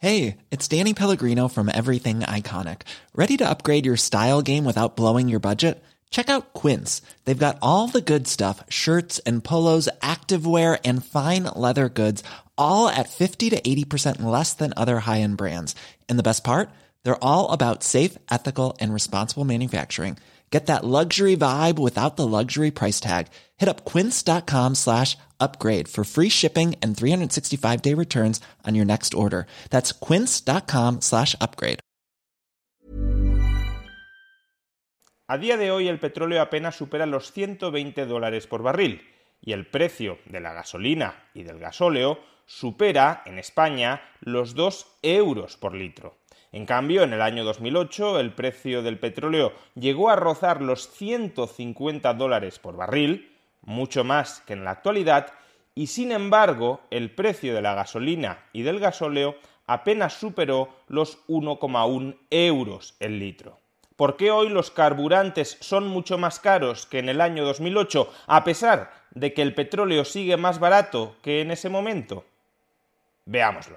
Hey, it's Danny Pellegrino from Everything Iconic. Ready to upgrade your style game without blowing your budget? Check out Quince. They've got all the good stuff, shirts and polos, activewear, and fine leather goods, all at 50 to 80% less than other high-end brands. And the best part? They're all about safe, ethical, and responsible manufacturing. Get that luxury vibe without the luxury price tag. Hit up quince.com/upgrade for free shipping and 365-day returns on your next order. That's quince.com/upgrade. A día de hoy el petróleo apenas supera los $120 por barril y el precio de la gasolina y del gasóleo supera en España los 2 euros por litro. En cambio, en el año 2008 el precio del petróleo llegó a rozar los $150 por barril, mucho más que en la actualidad, y sin embargo el precio de la gasolina y del gasóleo apenas superó los 1,1 euros el litro. ¿Por qué hoy los carburantes son mucho más caros que en el año 2008, a pesar de que el petróleo sigue más barato que en ese momento? Veámoslo.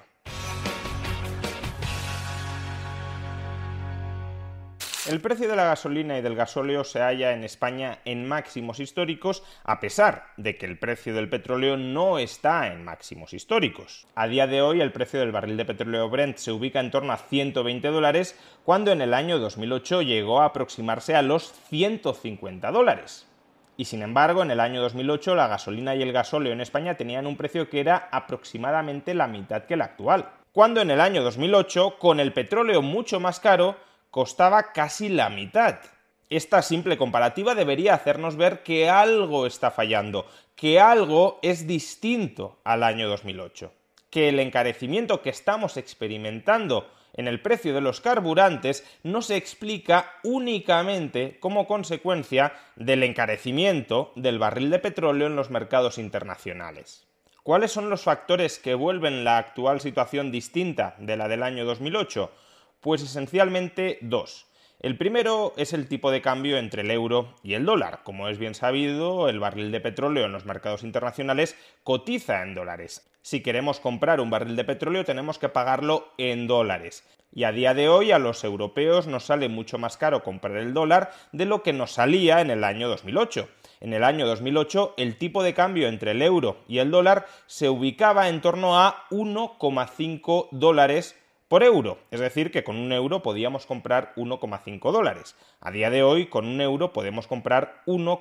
El precio de la gasolina y del gasóleo se halla en España en máximos históricos, a pesar de que el precio del petróleo no está en máximos históricos. A día de hoy el precio del barril de petróleo Brent se ubica en torno a $120, cuando en el año 2008 llegó a aproximarse a los $150. Y sin embargo, en el año 2008 la gasolina y el gasóleo en España tenían un precio que era aproximadamente la mitad que el actual. Cuando en el año 2008, con el petróleo mucho más caro, costaba casi la mitad. Esta simple comparativa debería hacernos ver que algo está fallando, que algo es distinto al año 2008, que el encarecimiento que estamos experimentando en el precio de los carburantes no se explica únicamente como consecuencia del encarecimiento del barril de petróleo en los mercados internacionales. ¿Cuáles son los factores que vuelven la actual situación distinta de la del año 2008? Pues esencialmente dos. El primero es el tipo de cambio entre el euro y el dólar. Como es bien sabido, el barril de petróleo en los mercados internacionales cotiza en dólares. Si queremos comprar un barril de petróleo tenemos que pagarlo en dólares. Y a día de hoy a los europeos nos sale mucho más caro comprar el dólar de lo que nos salía en el año 2008. En el año 2008 el tipo de cambio entre el euro y el dólar se ubicaba en torno a 1,5 dólares por euro, es decir, que con un euro podíamos comprar 1,5 dólares. A día de hoy, con un euro podemos comprar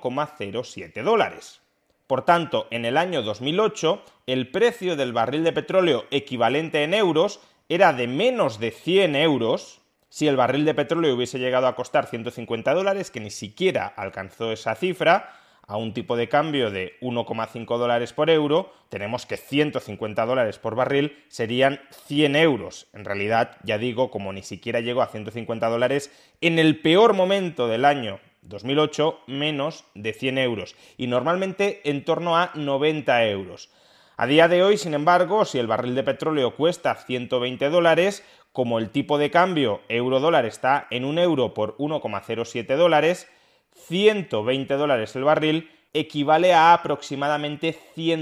1,07 dólares. Por tanto, en el año 2008, el precio del barril de petróleo equivalente en euros era de menos de 100 euros. Si el barril de petróleo hubiese llegado a costar 150 dólares, que ni siquiera alcanzó esa cifra, a un tipo de cambio de 1,5 dólares por euro, tenemos que 150 dólares por barril serían 100 euros. En realidad, ya digo, como ni siquiera llegó a 150 dólares, en el peor momento del año 2008, menos de 100 euros. Y normalmente en torno a 90 euros. A día de hoy, sin embargo, si el barril de petróleo cuesta 120 dólares, como el tipo de cambio euro-dólar está en 1 euro por 1,07 dólares, 120 dólares el barril equivale a aproximadamente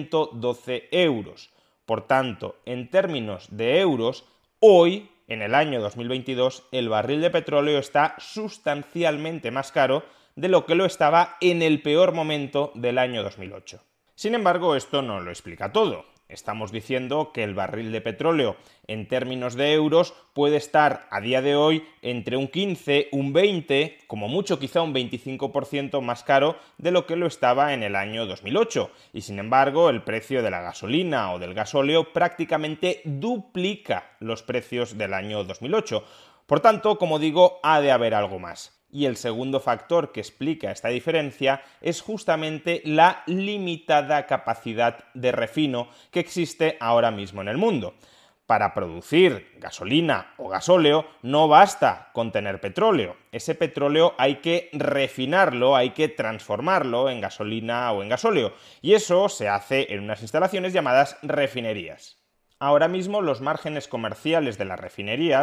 112 euros. Por tanto, en términos de euros, hoy, en el año 2022, el barril de petróleo está sustancialmente más caro de lo que lo estaba en el peor momento del año 2008. Sin embargo, esto no lo explica todo. Estamos diciendo que el barril de petróleo en términos de euros puede estar a día de hoy entre un 15, un 20, como mucho quizá un 25% más caro de lo que lo estaba en el año 2008. Y sin embargo, el precio de la gasolina o del gasóleo prácticamente duplica los precios del año 2008. Por tanto, como digo, ha de haber algo más. Y el segundo factor que explica esta diferencia es justamente la limitada capacidad de refino que existe ahora mismo en el mundo. Para producir gasolina o gasóleo no basta con tener petróleo. Ese petróleo hay que refinarlo, hay que transformarlo en gasolina o en gasóleo. Y eso se hace en unas instalaciones llamadas refinerías. Ahora mismo los márgenes comerciales de las refinerías,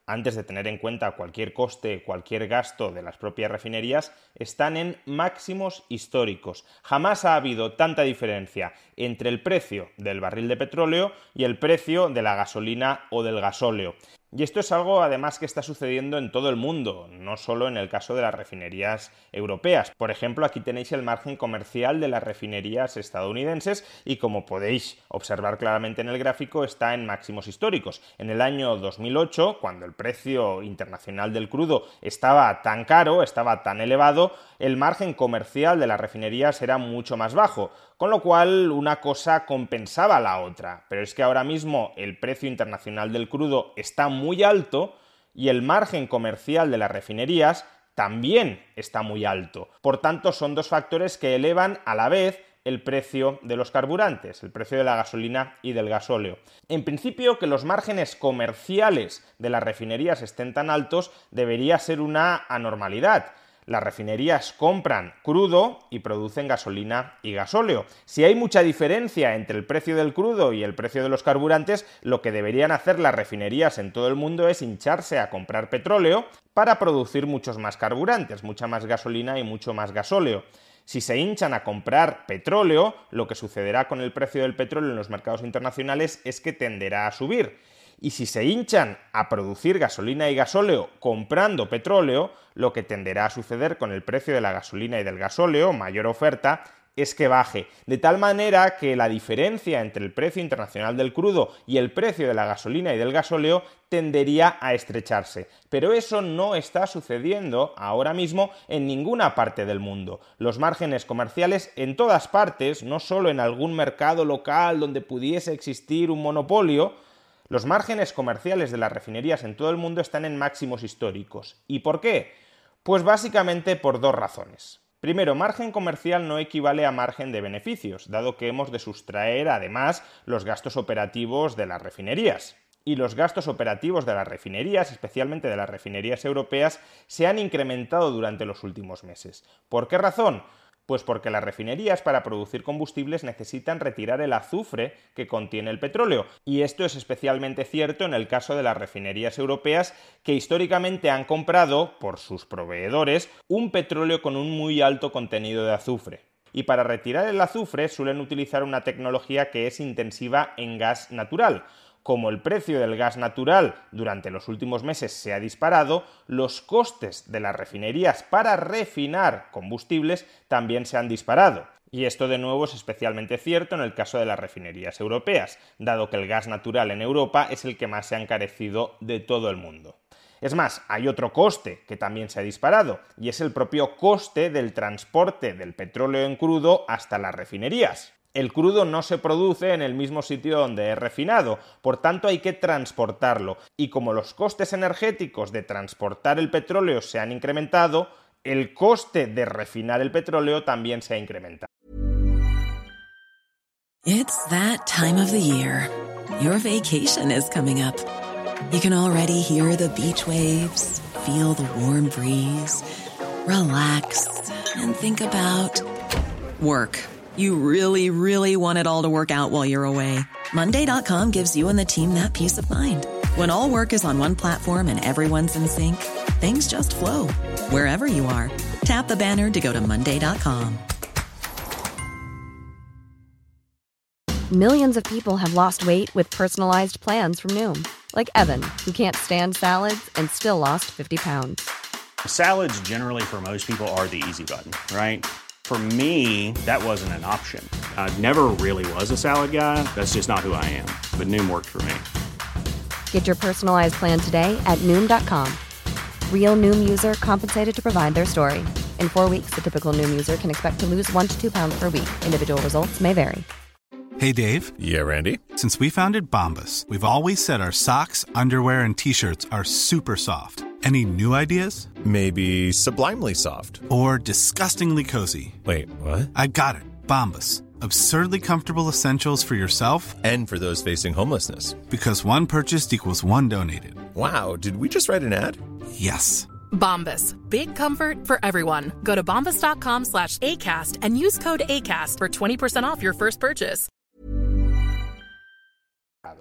antes de tener en cuenta cualquier coste, cualquier gasto de las propias refinerías, están en máximos históricos. Jamás ha habido tanta diferencia entre el precio del barril de petróleo y el precio de la gasolina o del gasóleo. Y esto es algo además que está sucediendo en todo el mundo, no solo en el caso de las refinerías europeas. Por ejemplo, aquí tenéis el margen comercial de las refinerías estadounidenses y, como podéis observar claramente en el gráfico, está en máximos históricos. En el año 2008, cuando el precio internacional del crudo estaba tan caro, estaba tan elevado, el margen comercial de las refinerías era mucho más bajo, con lo cual una cosa compensaba a la otra. Pero es que ahora mismo el precio internacional del crudo está muy alto y el margen comercial de las refinerías también está muy alto. Por tanto, son dos factores que elevan a la vez el precio de los carburantes, el precio de la gasolina y del gasóleo. En principio, que los márgenes comerciales de las refinerías estén tan altos debería ser una anormalidad. Las refinerías compran crudo y producen gasolina y gasóleo. Si hay mucha diferencia entre el precio del crudo y el precio de los carburantes, lo que deberían hacer las refinerías en todo el mundo es hincharse a comprar petróleo para producir muchos más carburantes, mucha más gasolina y mucho más gasóleo. Si se hinchan a comprar petróleo, lo que sucederá con el precio del petróleo en los mercados internacionales es que tenderá a subir. Y si se hinchan a producir gasolina y gasóleo comprando petróleo, lo que tenderá a suceder con el precio de la gasolina y del gasóleo, mayor oferta, es que baje, de tal manera que la diferencia entre el precio internacional del crudo y el precio de la gasolina y del gasóleo tendería a estrecharse. Pero eso no está sucediendo ahora mismo en ninguna parte del mundo. Los márgenes comerciales en todas partes, no solo en algún mercado local donde pudiese existir un monopolio, los márgenes comerciales de las refinerías en todo el mundo están en máximos históricos. ¿Y por qué? Pues básicamente por dos razones. Primero, margen comercial no equivale a margen de beneficios, dado que hemos de sustraer además los gastos operativos de las refinerías. Y los gastos operativos de las refinerías, especialmente de las refinerías europeas, se han incrementado durante los últimos meses. ¿Por qué razón? Pues porque las refinerías para producir combustibles necesitan retirar el azufre que contiene el petróleo. Y esto es especialmente cierto en el caso de las refinerías europeas que históricamente han comprado, por sus proveedores, un petróleo con un muy alto contenido de azufre. Y para retirar el azufre suelen utilizar una tecnología que es intensiva en gas natural. Como el precio del gas natural durante los últimos meses se ha disparado, los costes de las refinerías para refinar combustibles también se han disparado. Y esto de nuevo es especialmente cierto en el caso de las refinerías europeas, dado que el gas natural en Europa es el que más se ha encarecido de todo el mundo. Es más, hay otro coste que también se ha disparado, y es el propio coste del transporte del petróleo en crudo hasta las refinerías. El crudo no se produce en el mismo sitio donde es refinado, por tanto hay que transportarlo. Y como los costes energéticos de transportar el petróleo se han incrementado, el coste de refinar el petróleo también se ha incrementado. It's that time of the year. Your vacation is coming up. You can already hear the beach waves, feel the warm breeze, relax, and think about work. You really, really want it all to work out while you're away. Monday.com gives you and the team that peace of mind. When all work is on one platform and everyone's in sync, things just flow. Wherever you are, tap the banner to go to Monday.com. Millions of people have lost weight with personalized plans from Noom. Like Evan, who can't stand salads and still lost 50 pounds. Salads generally for most people are the easy button, right? For me, that wasn't an option. I never really was a salad guy. That's just not who I am. But Noom worked for me. Get your personalized plan today at Noom.com. Real Noom user compensated to provide their story. In 4 weeks, the typical Noom user can expect to lose 1 to 2 pounds per week. Individual results may vary. Hey, Dave. Yeah, Randy? Since we founded Bombas, we've always said our socks, underwear, and T-shirts are super soft. Any new ideas? Maybe sublimely soft. Or disgustingly cozy. Wait, what? I got it. Bombas. Absurdly comfortable essentials for yourself and for those facing homelessness. Because one purchased equals one donated. Wow, did we just write an ad? Yes. Bombas. Big comfort for everyone. Go to bombas.com/ACAST and use code ACAST for 20% off your first purchase.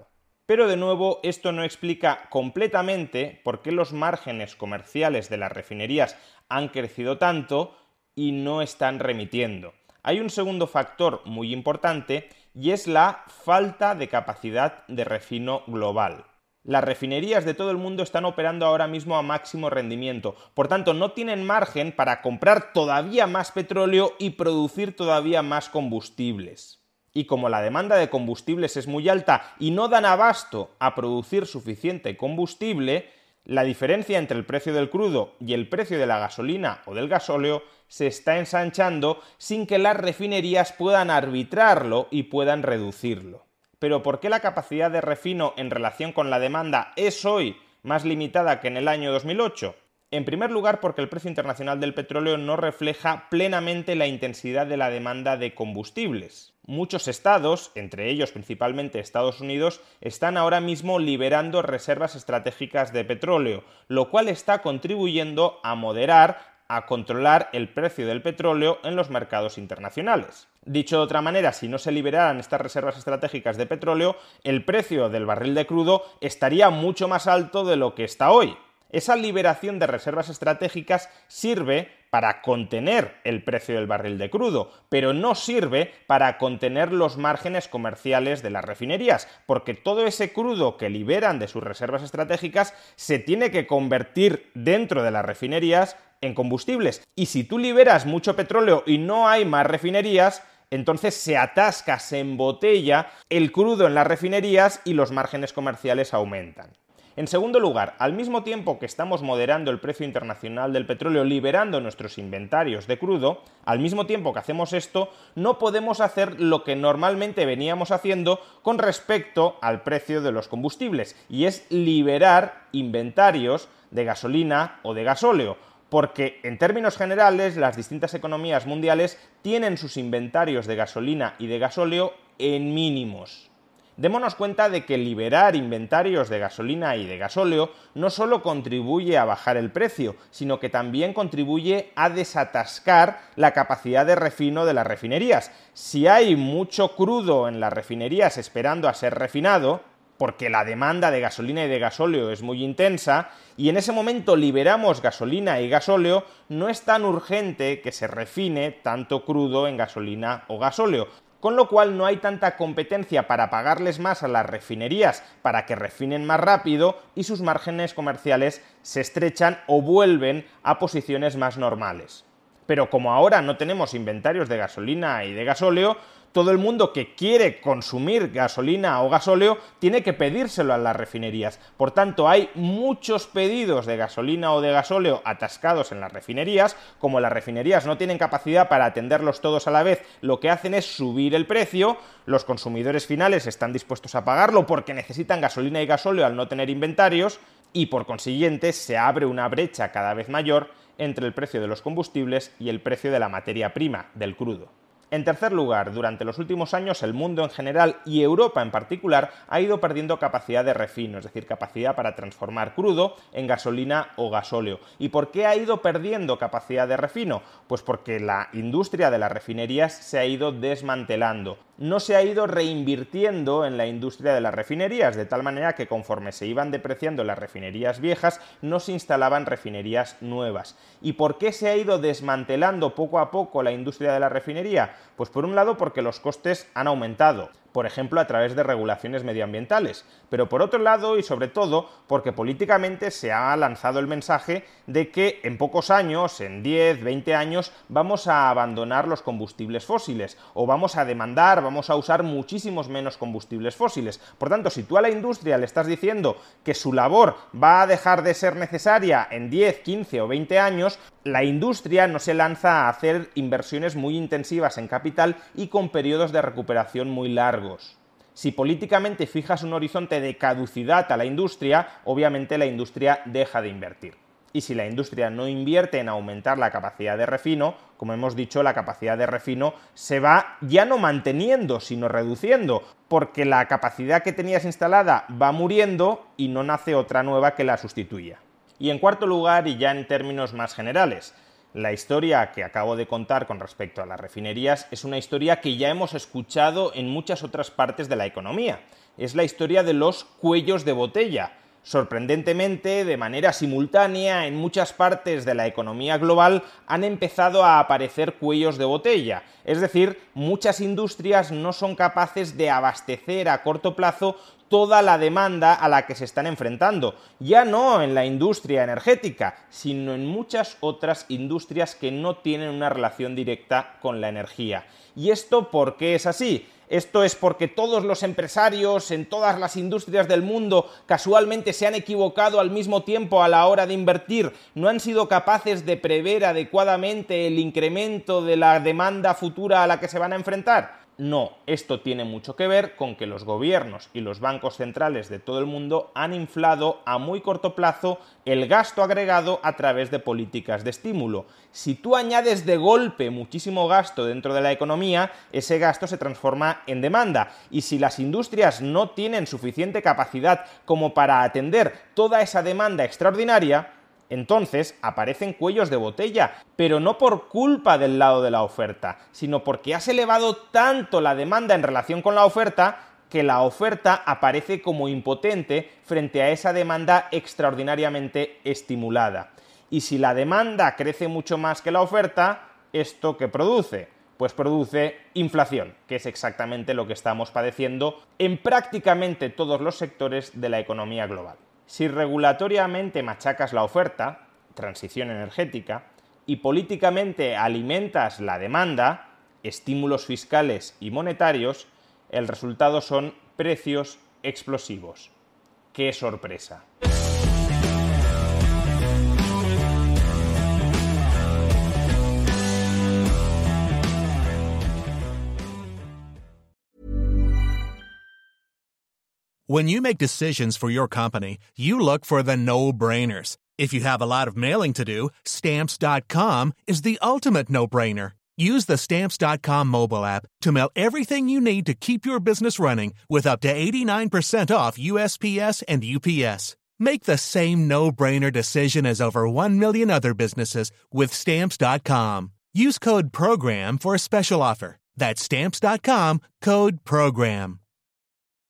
Pero de nuevo, esto no explica completamente por qué los márgenes comerciales de las refinerías han crecido tanto y no están remitiendo. Hay un segundo factor muy importante y es la falta de capacidad de refino global. Las refinerías de todo el mundo están operando ahora mismo a máximo rendimiento, por tanto no tienen margen para comprar todavía más petróleo y producir todavía más combustibles. Y como la demanda de combustibles es muy alta y no dan abasto a producir suficiente combustible, la diferencia entre el precio del crudo y el precio de la gasolina o del gasóleo se está ensanchando sin que las refinerías puedan arbitrarlo y puedan reducirlo. Pero ¿por qué la capacidad de refino en relación con la demanda es hoy más limitada que en el año 2008? En primer lugar, porque el precio internacional del petróleo no refleja plenamente la intensidad de la demanda de combustibles. Muchos estados, entre ellos principalmente Estados Unidos, están ahora mismo liberando reservas estratégicas de petróleo, lo cual está contribuyendo a moderar, a controlar el precio del petróleo en los mercados internacionales. Dicho de otra manera, si no se liberaran estas reservas estratégicas de petróleo, el precio del barril de crudo estaría mucho más alto de lo que está hoy. Esa liberación de reservas estratégicas sirve para contener el precio del barril de crudo, pero no sirve para contener los márgenes comerciales de las refinerías, porque todo ese crudo que liberan de sus reservas estratégicas se tiene que convertir dentro de las refinerías en combustibles. Y si tú liberas mucho petróleo y no hay más refinerías, entonces se atasca, se embotella el crudo en las refinerías y los márgenes comerciales aumentan. En segundo lugar, al mismo tiempo que estamos moderando el precio internacional del petróleo, liberando nuestros inventarios de crudo, al mismo tiempo que hacemos esto, no podemos hacer lo que normalmente veníamos haciendo con respecto al precio de los combustibles, y es liberar inventarios de gasolina o de gasóleo, porque en términos generales las distintas economías mundiales tienen sus inventarios de gasolina y de gasóleo en mínimos. Démonos cuenta de que liberar inventarios de gasolina y de gasóleo no solo contribuye a bajar el precio, sino que también contribuye a desatascar la capacidad de refino de las refinerías. Si hay mucho crudo en las refinerías esperando a ser refinado, porque la demanda de gasolina y de gasóleo es muy intensa, y en ese momento liberamos gasolina y gasóleo, no es tan urgente que se refine tanto crudo en gasolina o gasóleo. Con lo cual no hay tanta competencia para pagarles más a las refinerías para que refinen más rápido y sus márgenes comerciales se estrechan o vuelven a posiciones más normales. Pero como ahora no tenemos inventarios de gasolina y de gasóleo, todo el mundo que quiere consumir gasolina o gasóleo tiene que pedírselo a las refinerías. Por tanto, hay muchos pedidos de gasolina o de gasóleo atascados en las refinerías. Como las refinerías no tienen capacidad para atenderlos todos a la vez, lo que hacen es subir el precio. Los consumidores finales están dispuestos a pagarlo porque necesitan gasolina y gasóleo al no tener inventarios y por consiguiente se abre una brecha cada vez mayor entre el precio de los combustibles y el precio de la materia prima, del crudo. En tercer lugar, durante los últimos años el mundo en general y Europa en particular ha ido perdiendo capacidad de refino, es decir, capacidad para transformar crudo en gasolina o gasóleo. ¿Y por qué ha ido perdiendo capacidad de refino? Pues porque la industria de las refinerías se ha ido desmantelando. No se ha ido reinvirtiendo en la industria de las refinerías, de tal manera que conforme se iban depreciando las refinerías viejas, no se instalaban refinerías nuevas. ¿Y por qué se ha ido desmantelando poco a poco la industria de la refinería? Pues por un lado porque los costes han aumentado, por ejemplo a través de regulaciones medioambientales, pero por otro lado y sobre todo porque políticamente se ha lanzado el mensaje de que en pocos años, en 10, 20 años, vamos a abandonar los combustibles fósiles o vamos a usar muchísimos menos combustibles fósiles. Por tanto, si tú a la industria le estás diciendo que su labor va a dejar de ser necesaria en 10, 15 o 20 años, la industria no se lanza a hacer inversiones muy intensivas en capital y con periodos de recuperación muy largos. Si políticamente fijas un horizonte de caducidad a la industria, obviamente la industria deja de invertir. Y si la industria no invierte en aumentar la capacidad de refino, como hemos dicho, la capacidad de refino se va ya no manteniendo, sino reduciendo, porque la capacidad que tenías instalada va muriendo y no nace otra nueva que la sustituya. Y en cuarto lugar, y ya en términos más generales, la historia que acabo de contar con respecto a las refinerías es una historia que ya hemos escuchado en muchas otras partes de la economía. es la historia de los cuellos de botella. Sorprendentemente, de manera simultánea, en muchas partes de la economía global han empezado a aparecer cuellos de botella. Es decir, muchas industrias no son capaces de abastecer a corto plazo toda la demanda a la que se están enfrentando. Ya no en la industria energética, sino en muchas otras industrias que no tienen una relación directa con la energía. ¿Y esto por qué es así? Esto es porque todos los empresarios en todas las industrias del mundo casualmente se han equivocado al mismo tiempo a la hora de invertir, no han sido capaces de prever adecuadamente el incremento de la demanda futura a la que se van a enfrentar. No, esto tiene mucho que ver con que los gobiernos y los bancos centrales de todo el mundo han inflado a muy corto plazo el gasto agregado a través de políticas de estímulo. Si tú añades de golpe muchísimo gasto dentro de la economía, ese gasto se transforma en demanda. Y si las industrias no tienen suficiente capacidad como para atender toda esa demanda extraordinaria, entonces aparecen cuellos de botella, pero no por culpa del lado de la oferta, sino porque has elevado tanto la demanda en relación con la oferta que la oferta aparece como impotente frente a esa demanda extraordinariamente estimulada. Y si la demanda crece mucho más que la oferta, ¿esto qué produce? Pues produce inflación, que es exactamente lo que estamos padeciendo en prácticamente todos los sectores de la economía global. Si regulatoriamente machacas la oferta, transición energética, y políticamente alimentas la demanda, estímulos fiscales y monetarios, el resultado son precios explosivos. ¡Qué sorpresa! When you make decisions for your company, you look for the no-brainers. If you have a lot of mailing to do, Stamps.com is the ultimate no-brainer. Use the Stamps.com mobile app to mail everything you need to keep your business running with up to 89% off USPS and UPS. Make the same no-brainer decision as over 1 million other businesses with Stamps.com. Use code PROGRAM for a special offer. That's Stamps.com, code PROGRAM.